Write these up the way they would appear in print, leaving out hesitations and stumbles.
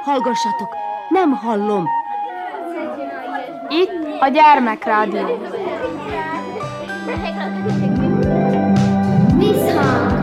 Hallgassatok, nem hallom. Itt a Gyermekrádió. Visszhang.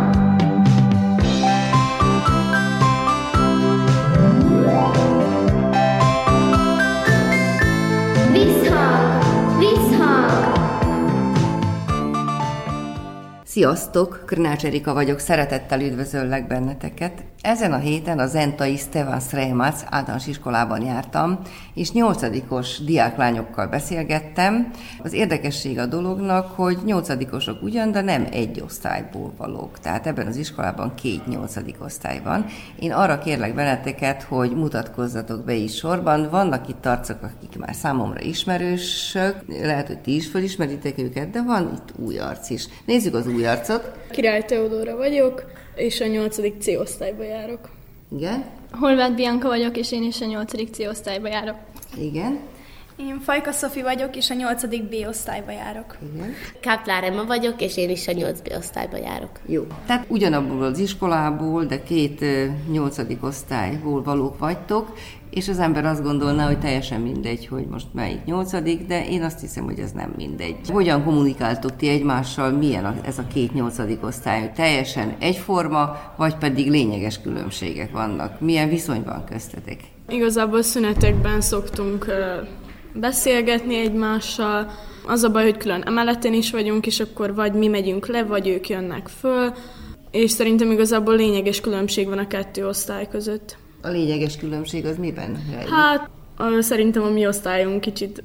Sziasztok! Krnács Erika vagyok, szeretettel üdvözöllek benneteket. Ezen a héten a Zentai Stefan Sreimac általános iskolában jártam, és 8-os diáklányokkal beszélgettem. Az érdekesség a dolognak, hogy 8-osok ugyan, de nem egy osztályból valók. Tehát ebben az iskolában 2 8. osztály van. Én arra kérlek benneteket, hogy mutatkozzatok be is sorban. Vannak itt arcok, akik már számomra ismerősök, lehet, hogy ti is felismeritek őket, de van itt új arc is. Nézzük az új arcot. Király Teodóra vagyok, és a 8. C osztályba járok. Igen. Horváth Bianka vagyok, és én is a 8. C osztályba járok. Igen. Én Fajka Szofi vagyok, és a 8. B osztályba járok. Igen. Káplár Emma vagyok, és én is a 8B osztályba járok. Jó. Tehát ugyanabból az iskolából, de 2 8. osztályból valók vagytok, és az ember azt gondolná, hogy teljesen mindegy, hogy most melyik 8., de én azt hiszem, hogy ez nem mindegy. Hogyan kommunikáltok ti egymással, milyen ez a 2 8. osztály? Teljesen egyforma, vagy pedig lényeges különbségek vannak? Milyen viszony van köztetek? Igazából szünetekben szoktunk beszélgetni egymással. Az a baj, hogy külön emeleten is vagyunk, és akkor vagy mi megyünk le, vagy ők jönnek föl, és szerintem igazából lényeges különbség van a 2 osztály között. A lényeges különbség az miben rejlik? Hát szerintem a mi osztályunk kicsit,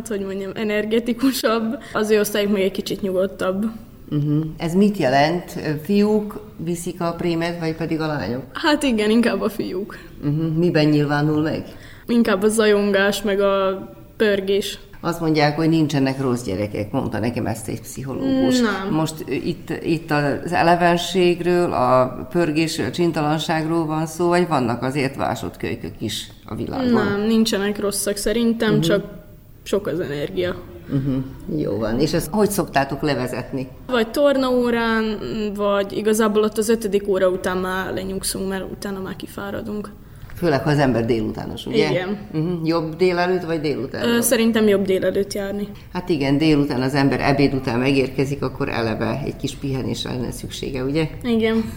energetikusabb, az ő osztályuk még egy kicsit nyugodtabb. Ez mit jelent? Fiúk viszik a prémet, vagy pedig a lányok? Hát igen, inkább a fiúk. Miben nyilvánul meg? Inkább a zajongás, meg a pörgés. Azt mondják, hogy nincsenek rossz gyerekek, mondta nekem ezt egy pszichológus. Nem. Most itt az elevenségről, a pörgésről, a csintalanságról van szó, vagy vannak azért vásott kölykök is a világban? Nem, nincsenek rosszak szerintem, csak sok az energia. Jó van. És ezt hogy szoktátok levezetni? Vagy tornaórán, vagy igazából ott az 5. óra után már lenyugszunk, mert utána már kifáradunk. Főleg, ha az ember délutános, ugye? Igen. Jobb délelőtt, vagy délután? Szerintem jobb délelőtt járni. Hát igen, délután az ember ebéd után megérkezik, akkor eleve egy kis pihenésre lenne szüksége, ugye? Igen.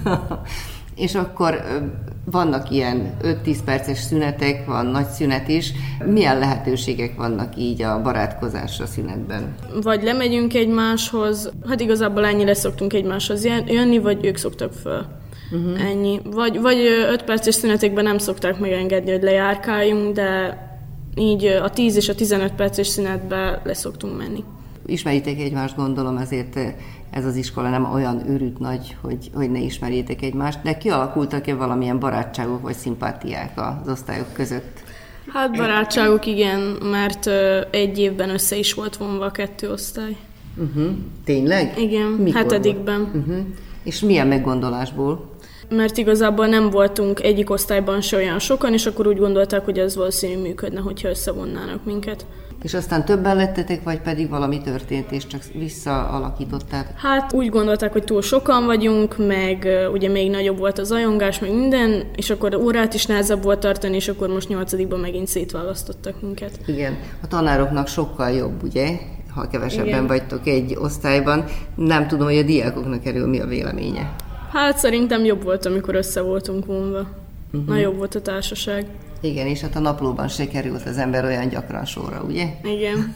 És akkor vannak ilyen 5-10 perces szünetek, van nagy szünet is. Milyen lehetőségek vannak így a barátkozásra szünetben? Vagy lemegyünk egymáshoz, hát igazából ennyire szoktunk egymáshoz jönni, vagy ők szoktak föl. Ennyi. Vagy 5 perces szünetekben nem szokták megengedni, hogy lejárkáljunk, de így a 10 és a 15 perces szünetben leszoktunk menni. Ismeritek egymást, gondolom, ezért ez az iskola nem olyan őrült nagy, hogy ne ismerjétek egymást, de kialakultak-e valamilyen barátságok vagy szimpátiák az osztályok között? Hát barátságok igen, mert egy évben össze is volt vonva a 2 osztály. Tényleg? Igen, Mikor 7-ben. És milyen meggondolásból? Mert igazából nem voltunk egyik osztályban se olyan sokan, és akkor úgy gondolták, hogy ez valószínűleg működne, hogyha összevonnának minket. És aztán többen lettetek, vagy pedig valami történt, és csak visszaalakították? Hát úgy gondolták, hogy túl sokan vagyunk, meg ugye még nagyobb volt az zajongás, meg minden, és akkor órát is nehezebb volt tartani, és akkor most 8-ban megint szétválasztottak minket. Igen, a tanároknak sokkal jobb, ugye? Ha kevesebben vagytok egy osztályban. Nem tudom, hogy a diákoknak erről mi a véleménye. Hát szerintem jobb volt, amikor össze voltunk vonva. Nagyobb volt a társaság. Igen, és hát a naplóban se került az ember olyan gyakran sorra, ugye? Igen.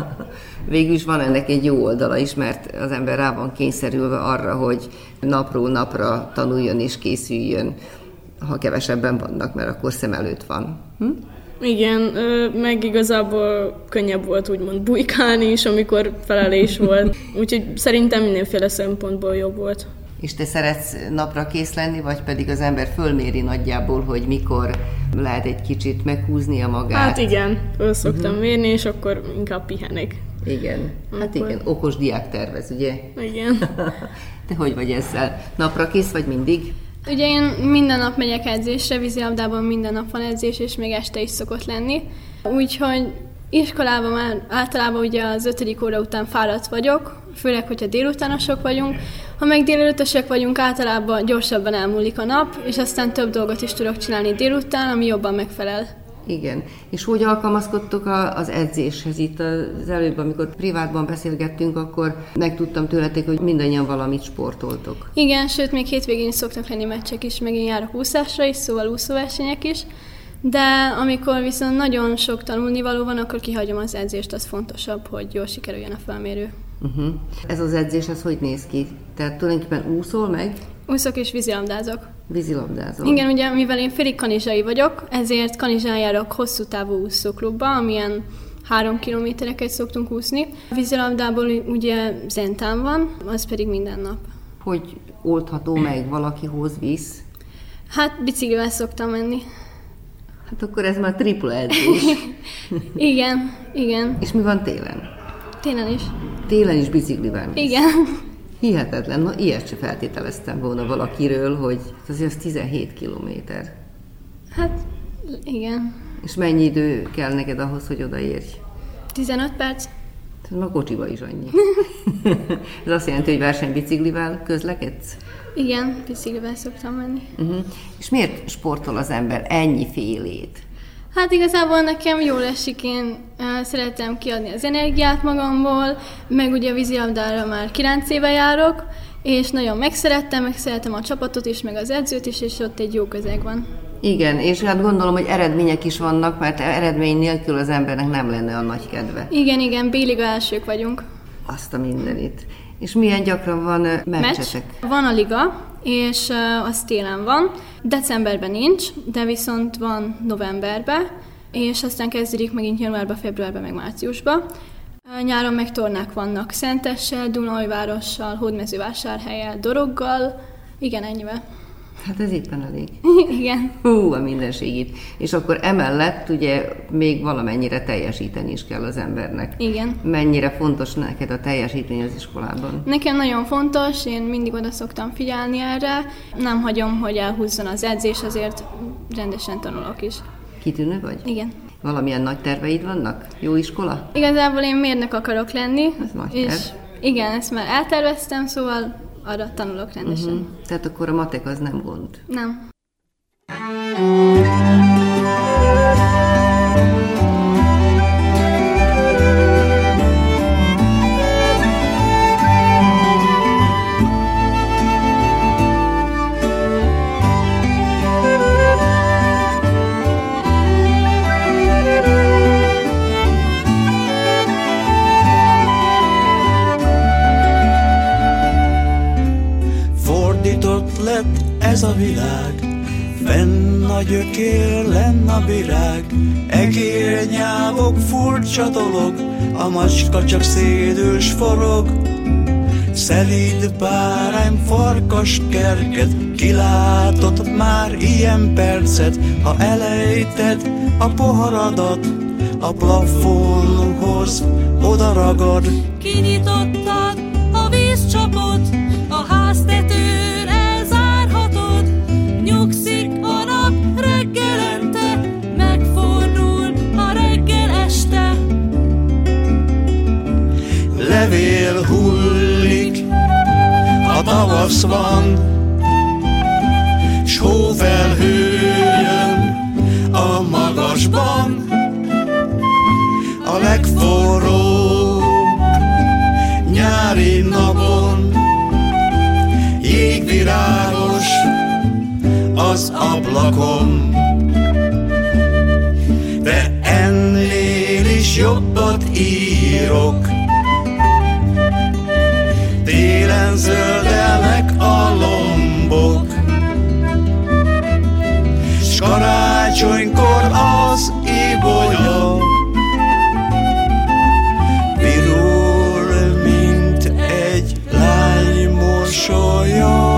Végül is van ennek egy jó oldala is, mert az ember rá van kényszerülve arra, hogy napról napra tanuljon és készüljön, ha kevesebben vannak, mert akkor szem előtt van. Igen, meg igazából könnyebb volt úgymond bujkálni is, amikor felelés volt. Úgyhogy szerintem mindenféle szempontból jobb volt. És te szeretsz napra kész lenni, vagy pedig az ember fölméri nagyjából, hogy mikor lehet egy kicsit meghúznia magát? Hát igen, föl szoktam mérni, és akkor inkább pihenek. Igen, hát akkor... igen, okos diák tervez, ugye? Igen. Te hogy vagy ezzel? Napra kész vagy mindig? Ugye én minden nap megyek edzésre, vízilabdában minden nap van edzés, és még este is szokott lenni. Úgyhogy Iskolában már általában ugye az 5. óra után fáradt vagyok, főleg, hogyha délutánosok vagyunk. Ha meg délelőtösek vagyunk, általában gyorsabban elmúlik a nap, és aztán több dolgot is tudok csinálni délután, ami jobban megfelel. Igen. És hogy alkalmazkodtok az edzéshez? Itt az előbb, amikor privátban beszélgettünk, akkor megtudtam tőletek, hogy mindannyian valamit sportoltok. Igen, sőt, még hétvégén is szoktak lenni meccsek is, meg én járok úszásra is, szóval úszóversenyek is. De amikor viszont nagyon sok tanulnivaló van, akkor kihagyom az edzést, az fontosabb, hogy jól sikerüljön a felmérő. Ez az edzés, ez hogy néz ki? Tehát tulajdonképpen úszol meg? Úszok és vízilabdázok. Vízilabdázol? Igen, ugye mivel én félig kanizsai vagyok, ezért Kanizsán járok hosszú távú úszóklubba, amilyen 3 kilométereket szoktunk úszni. A vízilabdából ugye Zentán van, az pedig minden nap. Hogy oldható meg, valaki hoz visz? Hát biciklivel szoktam menni. Hát akkor ez már tripla edzés. Igen. És mi van télen? Télen is. Télen is biciklivel mész? Igen. Hihetetlen, ma ilyet se feltételeztem volna valakiről, hogy az 17 kilométer. Hát, igen. És mennyi idő kell neked ahhoz, hogy odaérj? 15 perc. Tehát ma kocsiba is annyi. Ez azt jelenti, hogy versenybiciklivel közlekedsz? Igen, biciklivel szoktam menni. És miért sportol az ember ennyi félét? Hát igazából nekem jól esik, én szeretem kiadni az energiát magamból, meg ugye a vízilabdára már 9 éve járok, és nagyon megszerettem a csapatot is, meg az edzőt is, és ott egy jó közeg van. Igen, és hát gondolom, hogy eredmények is vannak, mert eredmény nélkül az embernek nem lenne a nagy kedve. Igen, B-liga elsők vagyunk. Azt a mindenit. És milyen gyakran van meccsetek? Van a liga, és az télen van. Decemberben nincs, de viszont van novemberben, és aztán kezdődik megint januárban, februárban, meg márciusban. Nyáron meg tornák vannak Szentessel, Dunaújvárossal, Hódmezővásárhellyel, Doroggal. Igen, ennyivel. Hát ez éppen elég. Igen. A mindenség itt. És akkor emellett ugye még valamennyire teljesíteni is kell az embernek. Igen. Mennyire fontos neked a teljesítmény az iskolában? Nekem nagyon fontos, én mindig oda szoktam figyelni erre. Nem hagyom, hogy elhúzzon az edzés, azért rendesen tanulok is. Kitűnő vagy? Igen. Valamilyen nagy terveid vannak? Jó iskola? Igazából én mérnök akarok lenni. Ez nagy és terv. igen, ezt már elterveztem, szóval arra tanulok rendesen. Tehát akkor a matek az nem gond. Nem. Ez a világ, fenn a gyökér, lenn a virág, egérnyávok, furcsa dolog, a macska csak szédős forog. Szelíd bárány, farkas kerget, kilátott már ilyen percet, ha elejted a poharadat, a plafonhoz odaragad. Kinyitottad a vízcsapot, a háztetőre zárhatod, nyugszik a nap reggelente, megfordul a reggel este. Levél hullik, a tavasz van, s hófelhő jön a magasban. A legforróbb nyári napon jégvirágos az ablakon, de ennél is jobbat írok. Télen zöldelnek a lombok, s karácsonykor az ibolya virul, mint egy lány mosolya.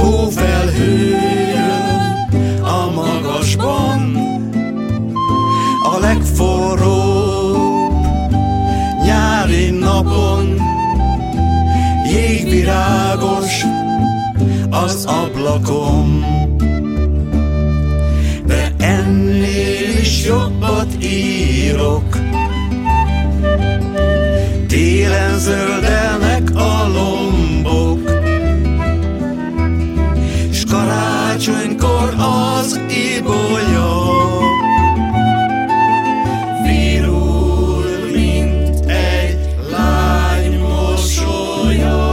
hófelhő jön a magasban, a legforróbb nyári napon, jégvirágos az ablakon, de ennél is jobbat írok. Télen zöldelnek a lombok, s karácsonykor az ibolya virul, mint egy lány mosolya.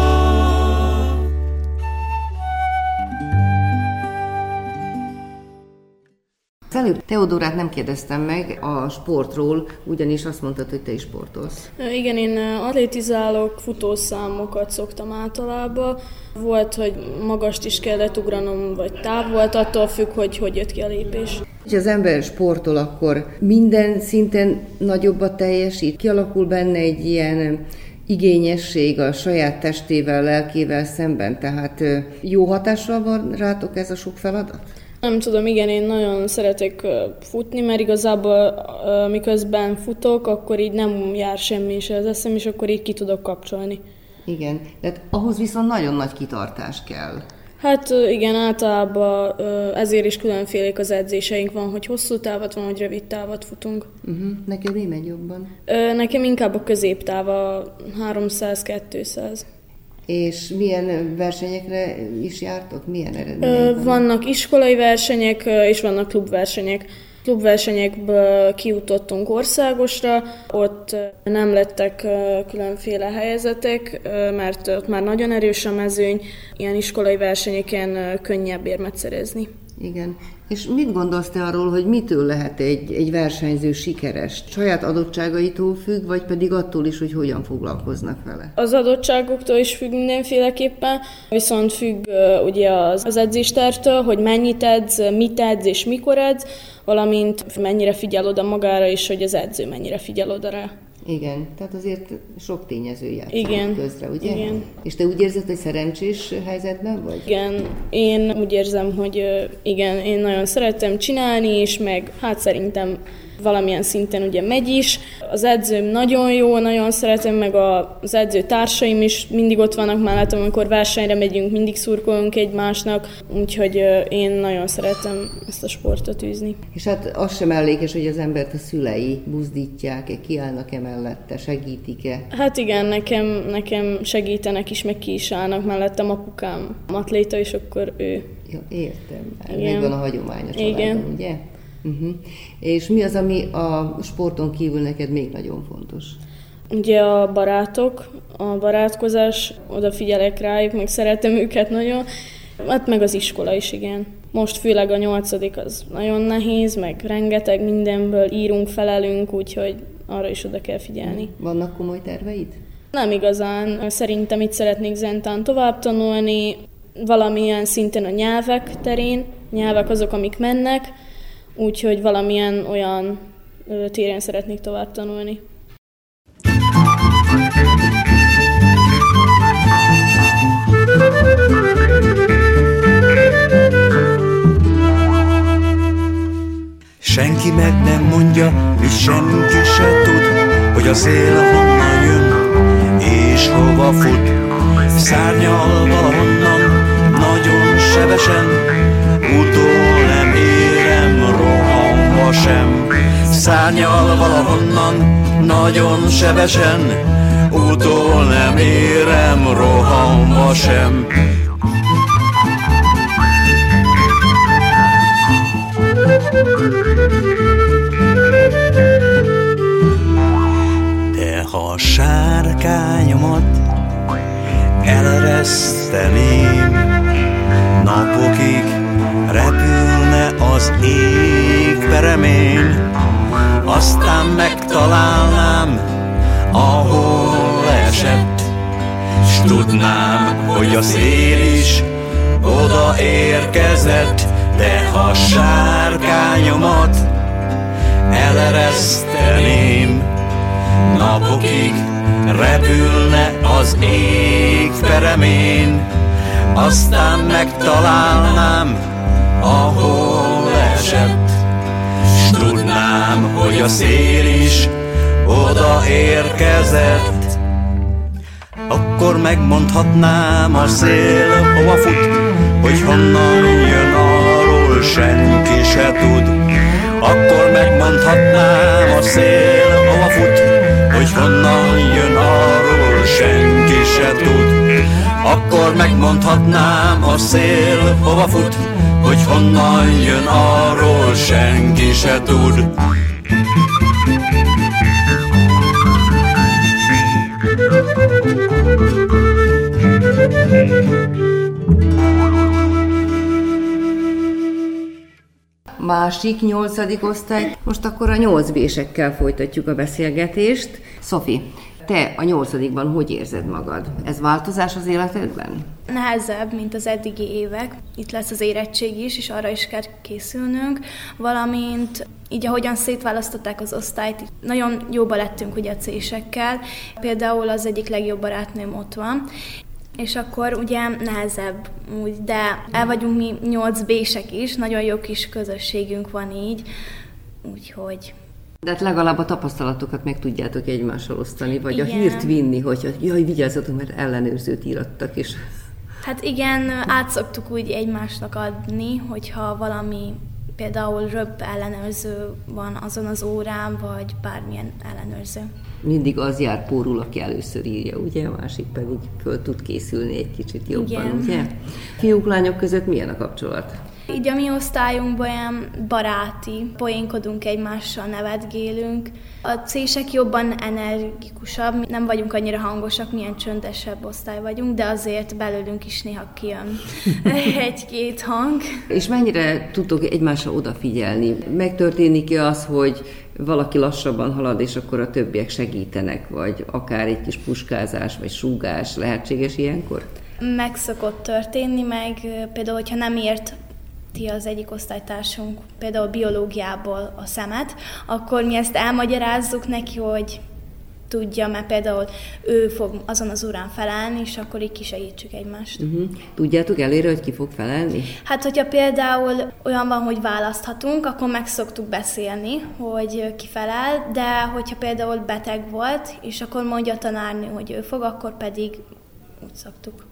Előbb Teodórát nem kérdeztem meg a sportról, ugyanis azt mondtad, hogy te is sportolsz. Igen, én atlétizálok, futószámokat szoktam általában. Volt, hogy magast is kellett ugranom, vagy táv volt, attól függ, hogy jött ki a lépés. Ha az ember sportol, akkor minden szinten nagyobbat teljesít? Kialakul benne egy ilyen igényesség a saját testével, lelkével szemben? Tehát jó hatással van rátok ez a sok feladat? Nem tudom, igen, én nagyon szeretek futni, mert igazából miközben futok, akkor így nem jár semmi se az eszem, és akkor így ki tudok kapcsolni. Igen, de ahhoz viszont nagyon nagy kitartás kell. Hát igen, általában ezért is különfélék az edzéseink van, hogy hosszú távat van, hogy rövid távat futunk. Neked mi megy jobban? Nekem inkább a középtáva 300-200. És milyen versenyekre is jártok? Milyen eredmények vannak iskolai versenyek, és vannak klubversenyek. Klubversenyekből kijutottunk országosra, ott nem lettek különféle helyezetek, mert ott már nagyon erős a mezőny, ilyen iskolai versenyeken könnyebb érmet szerezni. Igen. És mit gondolsz te arról, hogy mitől lehet egy versenyző sikeres? Saját adottságaitól függ, vagy pedig attól is, hogy hogyan foglalkoznak vele? Az adottságoktól is függ mindenféleképpen, viszont függ ugye az edzéstervtől, hogy mennyit edz, mit edz és mikor edz, valamint mennyire figyel oda magára, és hogy az edző mennyire figyel oda rá. Igen, tehát azért sok tényező játszik közre, ugye? Igen. És te úgy érzed, hogy szerencsés helyzetben vagy? Igen, én úgy érzem, hogy igen, én nagyon szeretem csinálni, és meg hát szerintem valamilyen szinten ugye megy is. Az edzőm nagyon jó, nagyon szeretem, meg az edző társaim is mindig ott vannak mellettem, amikor versenyre megyünk, mindig szurkolunk egymásnak, úgyhogy én nagyon szeretem ezt a sportot űzni. És hát az sem mellékes, hogy az embert a szülei buzdítják-e, kiállnak-e mellette, segítik-e? Hát igen, nekem segítenek is, meg ki is állnak mellettem, apukám atléta, és akkor ő. Ja, értem. Megvan a hagyomány a családban, ugye? És mi az, ami a sporton kívül neked még nagyon fontos? Ugye a barátok, a barátkozás, odafigyelek rájuk, meg szeretem őket nagyon. Hát meg az iskola is, igen. Most főleg a 8. az nagyon nehéz, meg rengeteg mindenből írunk, felelünk, úgyhogy arra is oda kell figyelni. Vannak komoly terveid? Nem igazán. Szerintem itt szeretnék zentán tovább tanulni, valamilyen szinten a nyelvek terén. Nyelvek azok, amik mennek, úgyhogy valamilyen olyan téren szeretnék tovább tanulni. Senki meg nem mondja, és senki se tud, hogy a szél honnan jön, és hova fut. Szárnyal valahonnan, nagyon sebesen, utol nem érem, rohanva sem. Szárnyal valahonnan, nagyon sebesen, utol nem érem, rohanva sem. De ha a sárkányomat elereszteném, napokig repülne az ég peremén, aztán megtalálnám, ahol leesett, s tudnám, hogy a szél is oda érkezett. De ha sárkányomat elereszteném, napokig repülne az ég peremén, aztán megtalálnám, ahol esett, s tudnám, hogy a szél is oda érkezett. Akkor megmondhatnám a szél, hova fut, hogy honnan jön, arról senki se tud. Akkor megmondhatnám a szél, hova fut, hogy honnan jön, arról senki se tud. Akkor megmondhatnám a szél, hova fut, hogy honnan jön, arról senki se tud. Másik 8. osztály. Most akkor a 8B-sekkel folytatjuk a beszélgetést. Szofi, te a 8-ban hogy érzed magad? Ez változás az életedben? Nehezebb, mint az eddigi évek. Itt lesz az érettség is, és arra is kell készülnünk, valamint így ahogyan szétválasztották az osztályt, nagyon jóba lettünk ugye a C-sekkel. Például az egyik legjobb barátnőm ott van, és akkor ugye nehezebb úgy, de el vagyunk mi 8B-sek is, nagyon jó kis közösségünk van így, úgyhogy... De hát legalább a tapasztalatokat meg tudjátok egymással osztani, vagy igen. A hírt vinni, hogy jaj, vigyázzatok, mert ellenőrzőt írattak is. Hát igen, át szoktuk úgy egymásnak adni, hogyha valami például röbb ellenőrző van azon az órán, vagy bármilyen ellenőrző. Mindig az jár pórul, aki először írja, ugye? A másik pedig föl tud készülni egy kicsit jobban, igen. Ugye? Fiúk, lányok között milyen a kapcsolat? Így a mi osztályunkban olyan baráti, poénkodunk egymással, nevetgélünk. A C-sek jobban energikusabb, nem vagyunk annyira hangosak, milyen csöndesebb osztály vagyunk, de azért belőlünk is néha kijön egy-két hang. És mennyire tudtok egymásra odafigyelni? Megtörténik-e az, hogy valaki lassabban halad, és akkor a többiek segítenek, vagy akár egy kis puskázás, vagy súgás lehetséges ilyenkor? Meg szokott történni, meg például, hogyha nem ért az egyik osztálytársunk például biológiából a szemet, akkor mi ezt elmagyarázzuk neki, hogy tudja, mert például ő fog azon az órán felelni, és akkor így kisegítsük egymást. Tudjátok előre, hogy ki fog felelni? Hát, hogyha például olyan van, hogy választhatunk, akkor meg szoktuk beszélni, hogy ki felel, de hogyha például beteg volt, és akkor mondja a tanárnő, hogy ő fog, akkor pedig úgy szoktuk.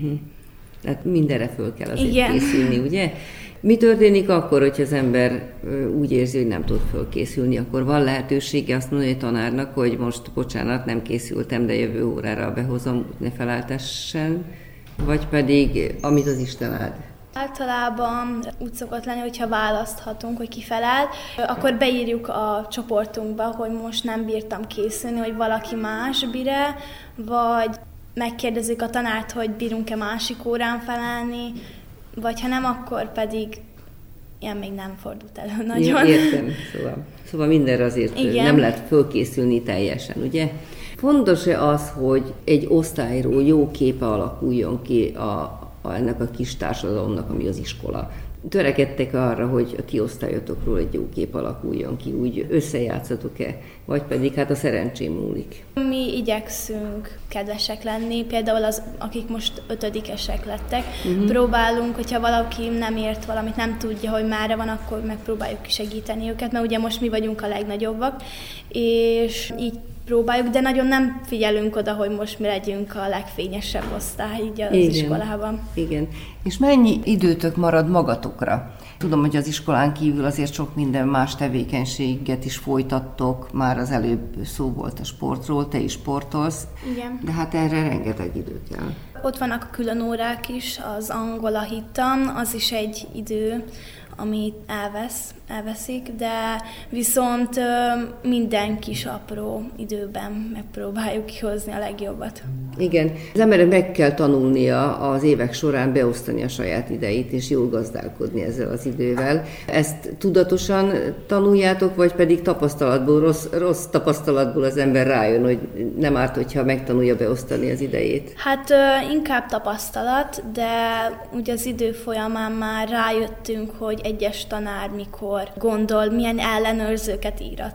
Tehát mindenre föl kell azért készülni, ugye? Mi történik akkor, hogyha az ember úgy érzi, hogy nem tud fölkészülni, akkor van lehetősége azt mondani a tanárnak, hogy most bocsánat, nem készültem, de jövő órára behozom, ne feleltessen, vagy pedig amit az Isten áld? Általában úgy szokott lenni, hogyha választhatunk, hogy ki felel, akkor beírjuk a csoportunkba, hogy most nem bírtam készülni, hogy valaki más bír-e, vagy megkérdezzük a tanárt, hogy bírunk-e másik órán felelni, vagy ha nem, akkor pedig ilyen még nem fordult elő nagyon. Értem, szóval mindenre azért igen. Nem lehet fölkészülni teljesen, ugye? Fontos-e az, hogy egy osztályról jó képe alakuljon ki ennek a kis társadalomnak, ami az iskola? Törekedtek arra, hogy a ti osztályotokról egy jó kép alakuljon ki, úgy összejátszatok-e, vagy pedig hát a szerencsém múlik? Mi igyekszünk kedvesek lenni, például akik most 5-esek lettek, próbálunk, hogyha valaki nem ért valamit, nem tudja, hogy merre van, akkor megpróbáljuk segíteni őket, mert ugye most mi vagyunk a legnagyobbak, és így próbáljuk, de nagyon nem figyelünk oda, hogy most mi legyünk a legfényesebb osztály így az iskolában. Igen. És mennyi időtök marad magatokra? Tudom, hogy az iskolán kívül azért sok minden más tevékenységet is folytattok, már az előbb szó volt a sportról, te is sportolsz, igen. De hát erre rengeteg idő kell. Ott vannak a külön órák is, az angol, a hittan, az is egy idő, amit elveszik, de viszont minden kis apró időben megpróbáljuk kihozni a legjobbat. Igen, az emberek meg kell tanulnia az évek során beosztani a saját idejét, és jól gazdálkodni ezzel az idővel. Ezt tudatosan tanuljátok, vagy pedig tapasztalatból, rossz tapasztalatból az ember rájön, hogy nem árt, hogyha megtanulja beosztani az idejét? Hát inkább tapasztalat, de ugye az idő folyamán már rájöttünk, hogy egyes tanár mikor gondol, milyen ellenőrzőket írat.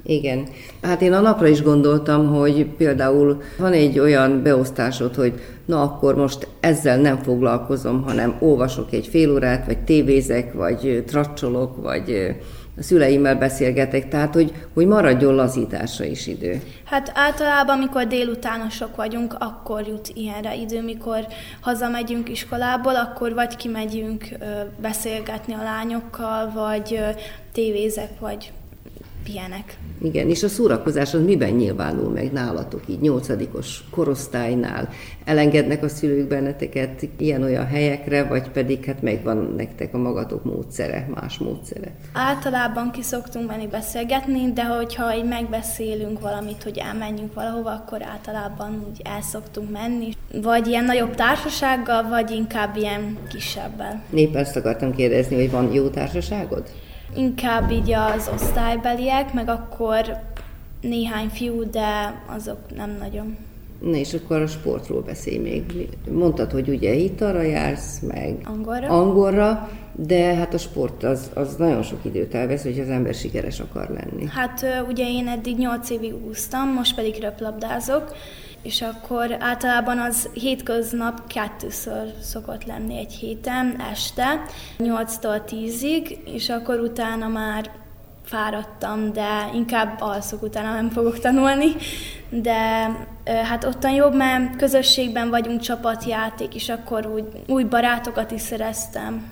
Igen. Hát én a napra is gondoltam, hogy például van egy olyan beosztásod, hogy na akkor most ezzel nem foglalkozom, hanem olvasok egy fél órát, vagy tévézek, vagy tracsolok, vagy a szüleimmel beszélgetek, tehát hogy maradjon lazításra is idő. Hát általában, amikor délutánosok vagyunk, akkor jut ilyenre idő, mikor hazamegyünk iskolából, akkor vagy kimegyünk beszélgetni a lányokkal, vagy tévézek, vagy pihenek. Igen, és a szórakozás az miben nyilvánul meg nálatok, így 8-os korosztálynál? Elengednek a szülők benneteket ilyen-olyan helyekre, vagy pedig hát megvan nektek a magatok módszere, más módszere? Általában ki szoktunk menni beszélgetni, de hogyha így megbeszélünk valamit, hogy elmenjünk valahova, akkor általában úgy el szoktunk menni. Vagy ilyen nagyobb társasággal, vagy inkább ilyen kisebbel. Éppen ezt akartam kérdezni, hogy van jó társaságod? Inkább így az osztálybeliek, meg akkor néhány fiú, de azok nem nagyon. Na és akkor a sportról beszélj még. Mondtad, hogy ugye itt arra jársz, meg angolra, de hát a sport az nagyon sok időt elvesz, hogy az ember sikeres akar lenni. Hát ugye én eddig 8 évig úsztam, most pedig röplabdázok, és akkor általában az hétköznap 2-ször szokott lenni egy héten, este, 8-tól 10-ig, és akkor utána már fáradtam, de inkább alszok, utána nem fogok tanulni, de hát ottan jobb, mert közösségben vagyunk, csapatjáték, és akkor úgy új barátokat is szereztem.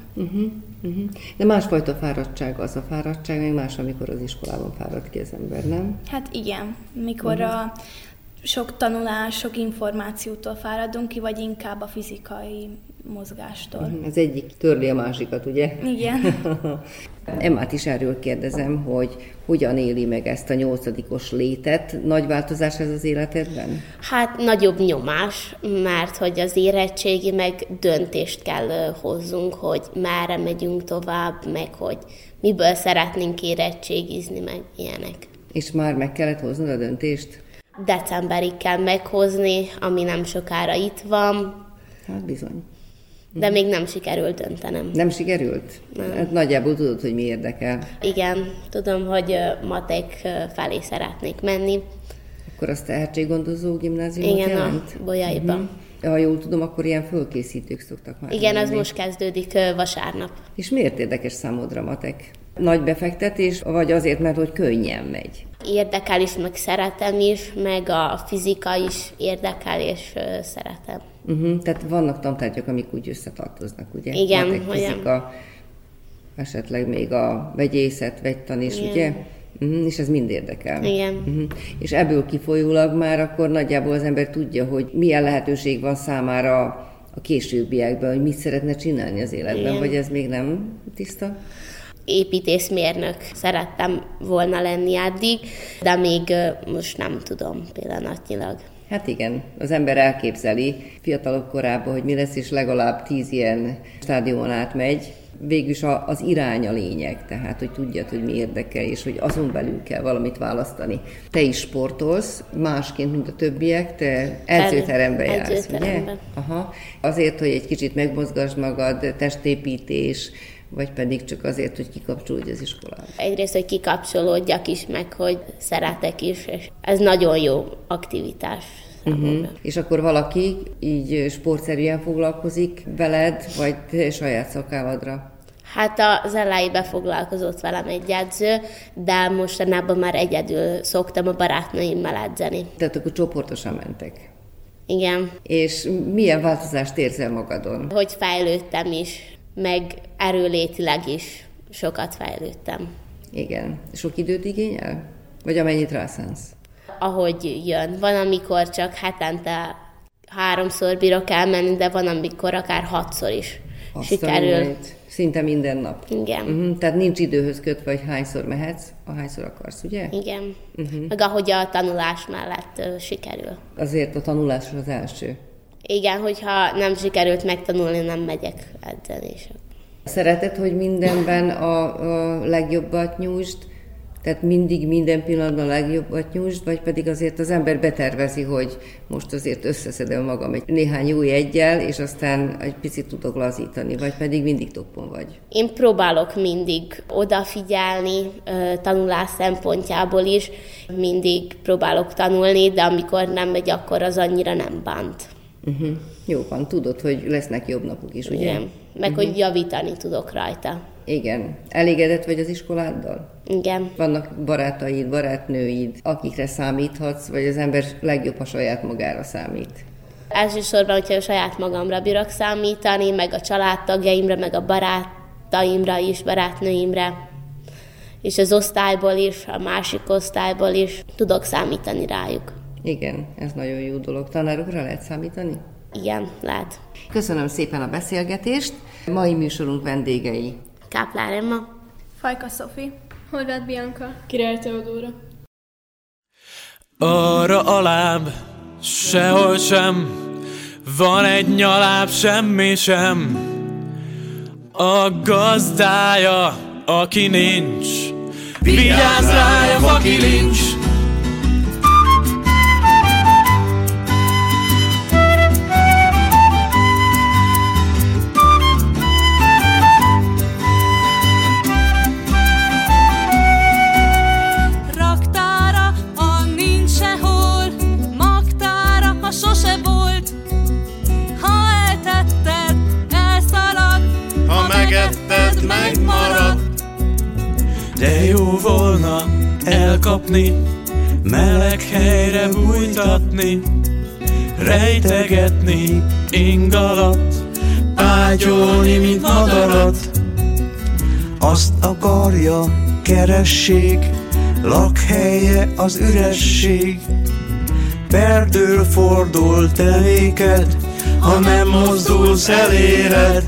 De másfajta fáradtság az a fáradtság, még más, amikor az iskolában fárad ki az ember, nem? Hát igen, mikor a sok tanulás, sok információtól fáradunk ki, vagy inkább a fizikai mozgástól. Az egyik törli a másikat, ugye? Igen. Emmát is erről kérdezem, hogy hogyan éli meg ezt a 8-os létet. Nagy változás ez az életedben? Hát nagyobb nyomás, mert hogy az érettségi meg döntést kell hozzunk, hogy merre megyünk tovább, meg hogy miből szeretnénk érettségizni, meg ilyenek. És már meg kellett hoznod a döntést? Decemberig kell meghozni, ami nem sokára itt van. Hát bizony. De még nem sikerült döntenem. Nem sikerült? Nem. Hát nagyjából tudod, hogy mi érdekel. Igen, tudom, hogy matek felé szeretnék menni. Akkor az tehetséggondozó gimnáziumot igen, jelent? Igen, a Bolyaiban. Ha jól tudom, akkor ilyen fölkészítők szoktak már igen, lenni. Az most kezdődik vasárnap. És miért érdekes számodra matek? Nagy befektetés, vagy azért, mert hogy könnyen megy? Érdekel is, meg szeretem is, meg a fizika is érdekel, és szeretem. Tehát vannak tantárgyak, amik úgy összetartoznak, ugye? Igen. Matek, fizika, esetleg még a vegyészet, vegytan is, igen. Ugye? És ez mind érdekel. Igen. És ebből kifolyólag már akkor nagyjából az ember tudja, hogy milyen lehetőség van számára a későbbiekben, hogy mit szeretne csinálni az életben, igen. Vagy ez még nem tiszta? Építészmérnök szerettem volna lenni addig, de még most nem tudom pillanatnyilag. Hát igen, az ember elképzeli fiatalok korában, hogy mi lesz, és legalább 10 ilyen stádiumon átmegy. Végülis az irány a lényeg, tehát hogy tudjad, hogy mi érdekel, és hogy azon belül kell valamit választani. Te is sportolsz, másként, mint a többiek, te edzőterembe jársz, ugye? Aha. Azért, hogy egy kicsit megmozgasd magad, testépítés, vagy pedig csak azért, hogy kikapcsolódj az iskolába? Egyrészt, hogy kikapcsolódjak is, meg hogy szeretek is, és ez nagyon jó aktivitás. És akkor valaki így sportszerűen foglalkozik veled, vagy te saját szakávadra? Hát az elejében foglalkozott velem egy edző, de mostanában már egyedül szoktam a barátnőimmel edzeni. Tehát akkor csoportosan mentek? Igen. És milyen változást érzel magadon? Hogy fejlődtem is, meg erőlétileg is sokat fejlődtem. Igen. Sok időt igényel? Vagy amennyit rászánsz? Ahogy jön. Van, amikor csak hetente 3-szor bírok elmenni, de van, amikor akár 6-szor is sikerül. Szinte minden nap. Igen. Tehát nincs időhöz kötve, hogy hányszor mehetsz, ahányszor akarsz, ugye? Igen. Meg ahogy a tanulás mellett sikerül. Azért a tanulás az első. Igen, hogyha nem sikerült megtanulni, nem megyek edzeni. Szereted, hogy mindenben a legjobbat nyújtsd, Tehát mindig minden pillanatban a legjobbat nyújtsd, vagy pedig azért az ember betervezi, hogy most azért összeszedem magam egy néhány jó jeggyel, és aztán egy picit tudok lazítani, vagy pedig mindig toppon vagy? Én próbálok mindig odafigyelni, tanulás szempontjából is, mindig próbálok tanulni, de amikor nem megy, akkor az annyira nem bánt. Jó van, tudod, hogy lesznek jobb napok is, ugye? Igen, meg hogy javítani tudok rajta. Igen. Elégedett vagy az iskoláddal? Igen. Vannak barátaid, barátnőid, akikre számíthatsz, vagy az ember legjobb, ha saját magára számít? Elsősorban, hogyha saját magamra bírok számítani, meg a családtagjaimra, meg a barátaimra is, barátnőimre, és az osztályból is, a másik osztályból is tudok számítani rájuk. Igen, ez nagyon jó dolog. Tanárokra lehet számítani? Igen, lehet. Köszönöm szépen a beszélgetést. Mai műsorunk vendégei: Káplár Emma, Fajka Szofi, Horváth Bianca, Király Teodóra. Arra alább, sehol sem, van egy nyaláb, semmi sem. A gazdája, aki nincs, vigyázz rája, fakilincs. Sose volt, ha eltetted, elszalad, ha megetted, megmarad. De jó volna elkapni, meleg helyre bújtatni, rejtegetni ing alatt, ágyolni, mint madarat. Azt akarja, keressék, lakhelye az üresség. Perdől fordul tevéked, ha nem mozdulsz, eléred.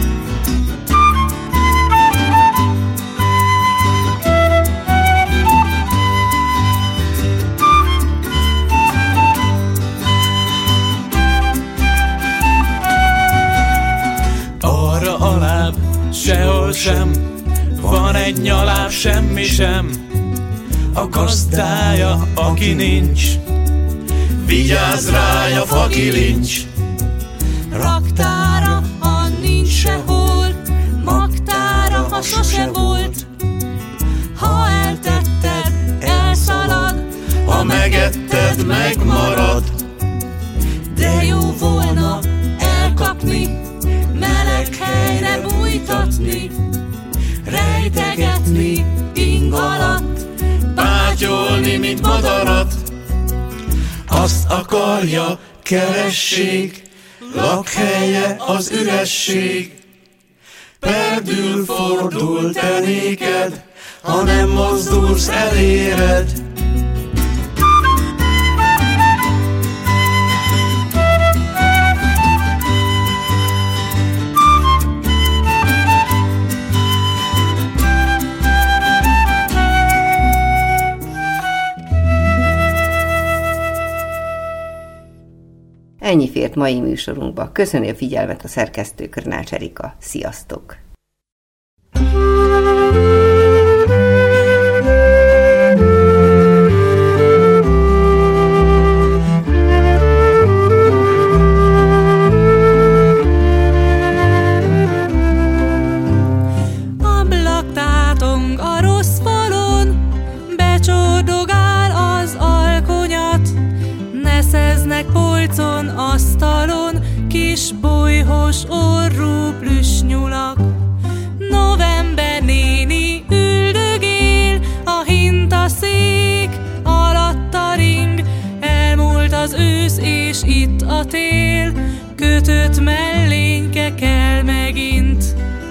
Arra alább, sehol sem, van egy nyaláb, semmi sem. A gazdája, aki nincs, vigyázz rája, fakilincs. Raktára, ha nincs sehol, magtára, ha sose volt, ha eltetted, elszalad, ha megetted, megmarad. de jó volna elkapni, meleg helyre bújtatni, rejtegetni ing alatt, Pátyolni, mint madarat. Azt akarja, keressék, lakhelye az üresség. Perdül fordul tenéked, ha nem mozdulsz, eléred. Ennyi fért mai műsorunkba. Köszöni a figyelmet a szerkesztő, Körnács Erika. Sziasztok! Ablak a rossz falon, becsordogál az alkonyat, neszeznek polcon, asztalon, kis bolyhos orrú plüssnyulak. November néni üldögél, a hintaszék alatt a ring, elmúlt az ősz és itt a tél, kötött mellényke kell megint.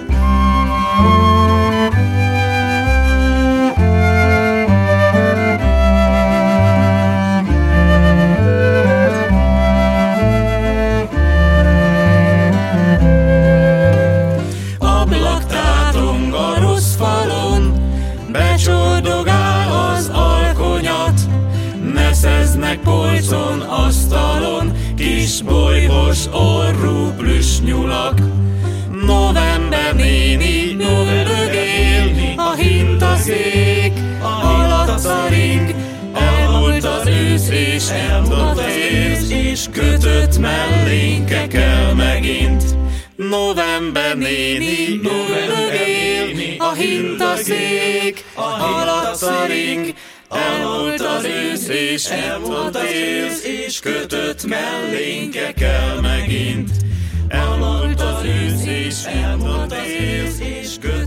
Becsordogál az alkonyat, neszeznek polcon, asztalon, kis bolyhos orrú plüssnyulak. November néni üldögél, a hintaszék kötött mellénkekkel megint. November néni üldögél, a hintaszék alatt szaring. Elmúlt az ősz és elmúlt az ősz, és kötött mellénkekkel megint. Elmúlt az ősz és elmúlt az ősz, és kötött